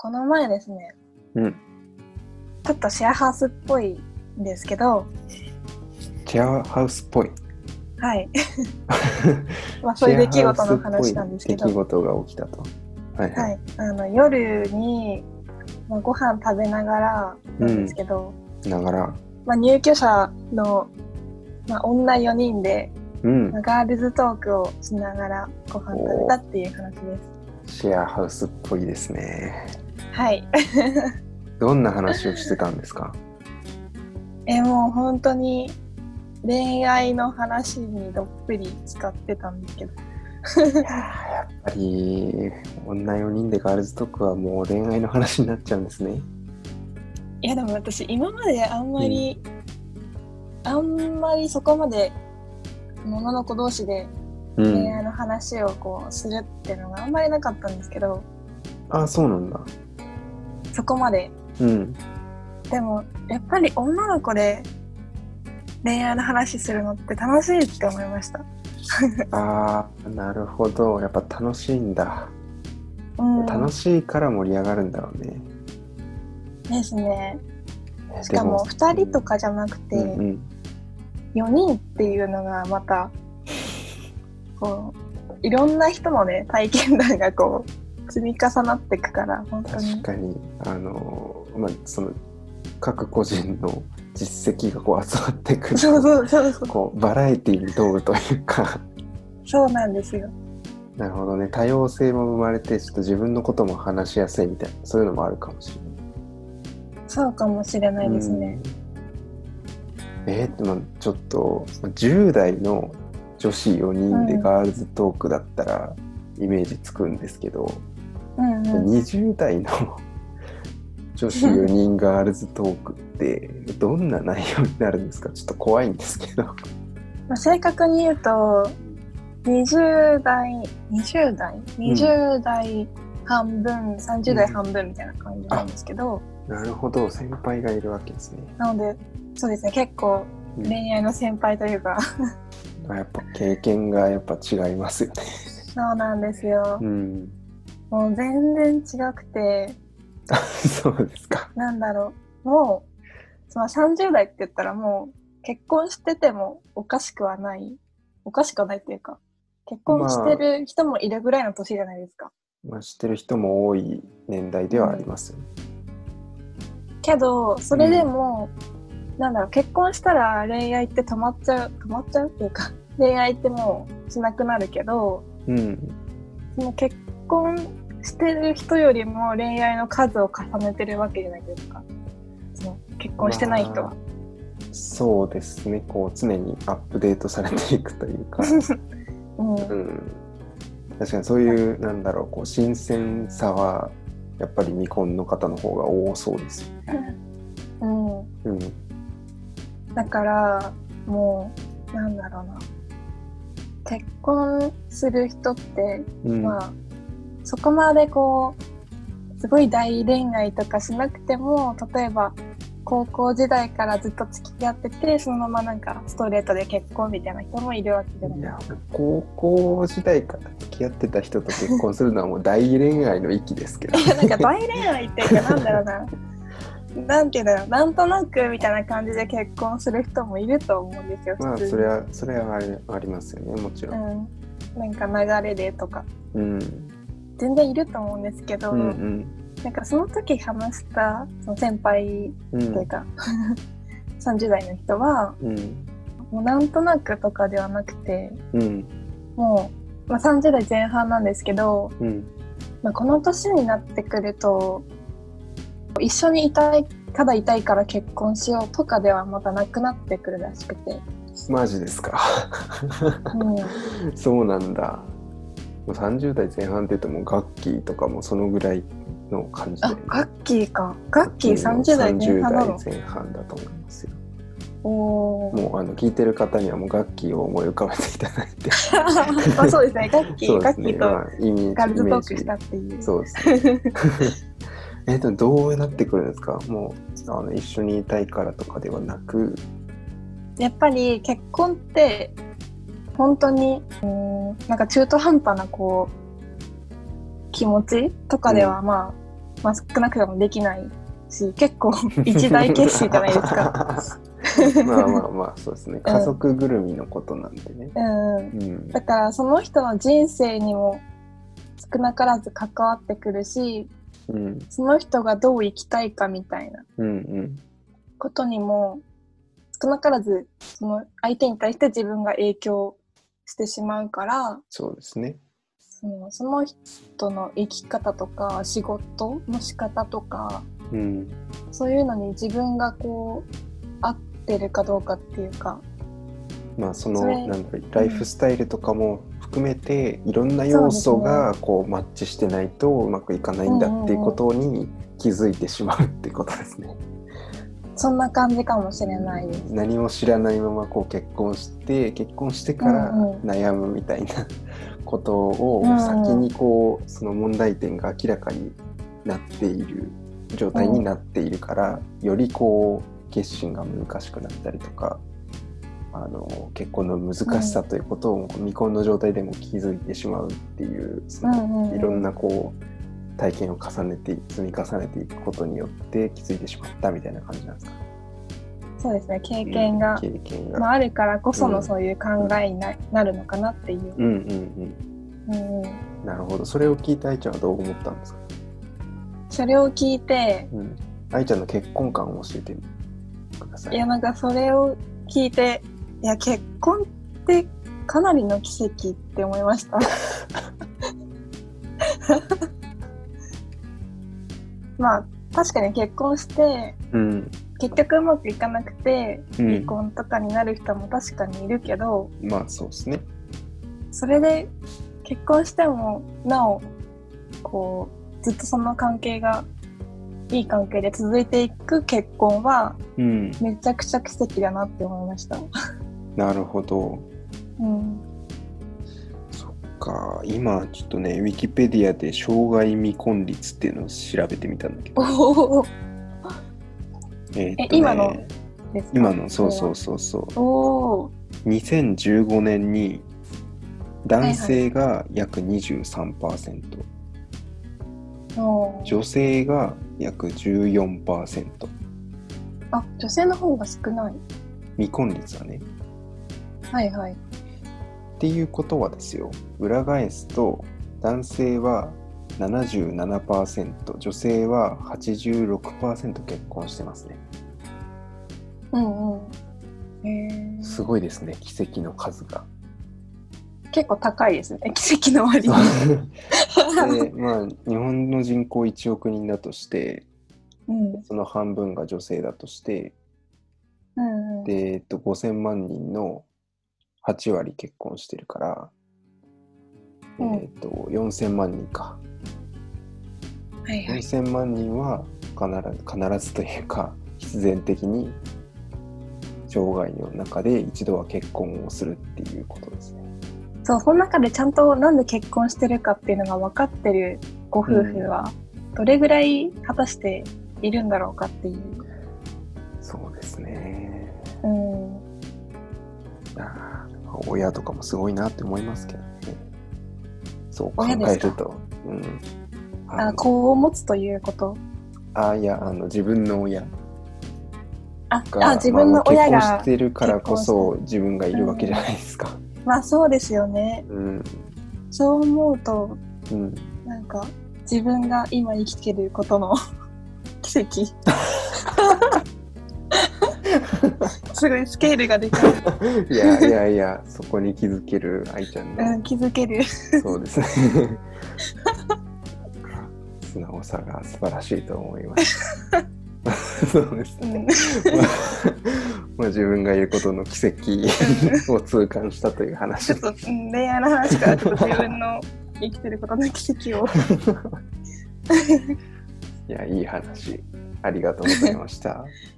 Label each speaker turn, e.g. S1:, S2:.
S1: この前ですね、
S2: うん。
S1: ちょっとシェアハウスっぽいんですけど、
S2: シェアハウスっぽい。
S1: はい。まあそう
S2: シェア
S1: いう出来
S2: ハウスっ
S1: 事の
S2: ぽい
S1: 話なんですけ
S2: 出来
S1: ど、
S2: 事が起きたと。はいは
S1: は
S2: い。
S1: い。夜に、ご飯食べながらなんですけど、
S2: ながら。
S1: 入居者の、女4人で、
S2: うん。
S1: ガールズトークをしながらご飯食べたっていう話です。
S2: シェアハウスっぽいですね。
S1: はい。
S2: どんな話をしてたんですか？
S1: もう本当に恋愛の話にどっぷり使ってたんですけど。
S2: やっぱり女4人でガールズトークはもう恋愛の話になっちゃうんですね。
S1: いやでも私今まであんまりそこまで女の子同士で恋愛の話をこうするっていうのがあんまりなかったんですけど、
S2: あ、そうなんだ。
S1: そこまで。でもやっぱり女の子で恋愛の話するのって楽しいって思いました。
S2: ああ、なるほど。やっぱ楽しいんだ。楽しいから盛り上がるんだろうね。
S1: ですね。しかも2人とかじゃなくて、4人っていうのがまたこういろんな人のね体験談がこう積み重なっていくから本当に。
S2: 確かにその各個人の実績がこう集まってくる。
S1: そう
S2: こうバラエティに富むというか。
S1: そうなんですよ。
S2: なるほどね。多様性も生まれてちょっと自分のことも話しやすいみたいな、そういうのもあるかもしれない。
S1: そうかもしれないですね。
S2: でもちょっと10代の女子4人でガールズトークだったらイメージつくんですけど、20代の女子4人ガールズトークってどんな内容になるんですか？ちょっと怖いんですけど。
S1: 正確に言うと20代半分30代半分みたいな感じなんですけど、
S2: なるほど、先輩がいるわけですね。
S1: なのでそうですね、結構恋愛の先輩というか、
S2: やっぱ経験がやっぱ違いますよね。
S1: そうなんですよ。もう全然違くて。
S2: そうですか。
S1: なんだろう、もうその30代って言ったらもう結婚しててもおかしくはないっていうか、結婚してる人もいるぐらいの年じゃないですか。
S2: 知ってる人も多い年代ではありますよね。
S1: けどそれでも、なんだろう、結婚したら恋愛って止まっちゃうっていうか、恋愛ってもうしなくなるけど、その結婚してる人よりも恋愛の数を重ねてるわけじゃないですか、その結婚してない人は。
S2: そうですね、こう常にアップデートされていくというか、確かにそういうなんだろう、こう新鮮さはやっぱり未婚の方の方が多そうですよね。
S1: だからもうなんだろうな、結婚する人って、そこまでこうすごい大恋愛とかしなくても、例えば高校時代からずっと付き合ってて、そのままなんかストレートで結婚みたいな人もいるわけじゃないですか。
S2: 高校時代から付き合ってた人と結婚するのはもう大恋愛の域ですけど。
S1: なんか大恋愛っていうか、なんだろうな、なんていうんだろう、なんとなくみたいな感じで結婚する人もいると思うんですよ。
S2: それはありますよね、もちろん。
S1: なんか流れでとか、全然いると思うんですけど、なんかその時話したその先輩というか、30代の人は、もうなんとなくとかではなくて、もう、30代前半なんですけど、この年になってくると一緒にただいたいから結婚しようとかではまたなくなってくるらしくて。
S2: マジですか？そうなんだ。もう30代前半って言ってもガッキーとかもそのぐらいの感じで、ね。
S1: ガッキーか。ガッキー30代前半なの？
S2: 30代前半だと思いますよ。
S1: も
S2: う聞いてる方にはもうガッキーを思い浮かべていただいて。
S1: そうですね、ガッキーとガールズトークしたっていう。
S2: そうですね。どうなってくるんですか？もう一緒にいたいからとかではなく、
S1: やっぱり結婚って本当になんか中途半端なこう気持ちとかではまあ、少なくともできないし、結構一大決心じゃないですか。
S2: まあまあまあ、そうですね。家族ぐるみのことなんでね。
S1: だからその人の人生にも少なからず関わってくるし、その人がどう生きたいかみたいなことにも少なからずその相手に対して自分が影響してしまうから、
S2: そうですね。
S1: その人の生き方とか仕事の仕方とか、そういうのに自分がこう合ってるかどうかっていうか、
S2: まあそのライフスタイルとかも含めていろんな要素がこうマッチしてないとうまくいかないんだっていうことに気づいてしまうってことですね。
S1: そんな感じかもしれないです。
S2: 何も知らないままこう結婚してから悩むみたいなことを先にこうその問題点が明らかになっている状態になっているから、よりこう決心が難しくなったりとか、結婚の難しさということを未婚の状態でも気づいてしまうっていう、そのいろんなこう体験を積み重ねていくことによって気づいてしまったみたいな感じなんですか？
S1: そうですね、経験が、まあ、あるからこそのそういう考えになるのかなっていう。
S2: なるほど。それを聞いて愛ちゃんはどう思ったんですか？
S1: それを聞いて、
S2: 愛ちゃんの結婚観を教えてください。
S1: いや、なんかそれを聞いて、いや、結婚ってかなりの奇跡って思いました。まあ確かに結婚して、結局うまくいかなくて離婚とかになる人も確かにいるけど、
S2: まあそうですね。
S1: それで結婚してもなおこうずっとその関係がいい関係で続いていく結婚は、めちゃくちゃ奇跡だなって思いました。
S2: なるほど。そっか。今ちょっとね、ウィキペディアで生涯未婚率っていうのを調べてみたんだけど。
S1: 今のですか？
S2: 今の、そう。2015年に男性が約 23%、女性が約 14%。
S1: あ、女性の方が少ない。
S2: 未婚率はね。っていうことはですよ、裏返すと男性は 77%、女性は 86% 結婚してますね。すごいですね、奇跡の数が。
S1: 結構高いですね、奇跡の割に。
S2: で、まあ日本の人口1億人だとして、その半分が女性だとして、で、5000万人の8割結婚してるから、4000万人か。4000万人は必ずというか必然的に生涯の中で一度は結婚をするっていうことですね。
S1: そう、その中でちゃんとなんで結婚してるかっていうのが分かってるご夫婦はどれぐらい果たしているんだろうかっていう。
S2: そうですね。親とかもすごいなって思いますけどね。そう考えると。
S1: 子を持つということ？
S2: いや、自分の親
S1: が自分の親が
S2: 結婚してるからこそ自分がいるわけじゃないですか。
S1: まあそうですよね。そう思うと、なんか自分が今生きてることの奇跡。すごいスケールがでかい。
S2: いや、そこに気づける愛ちゃんの。
S1: 気づける。そうですね。
S2: 素直さが素晴らしいと思います。そうですね。まあ自分がいることの奇跡を痛感したという話。
S1: ちょっと恋愛の話からちょっと自分の生きてることの奇跡を。
S2: いや、いい話。ありがとうございました。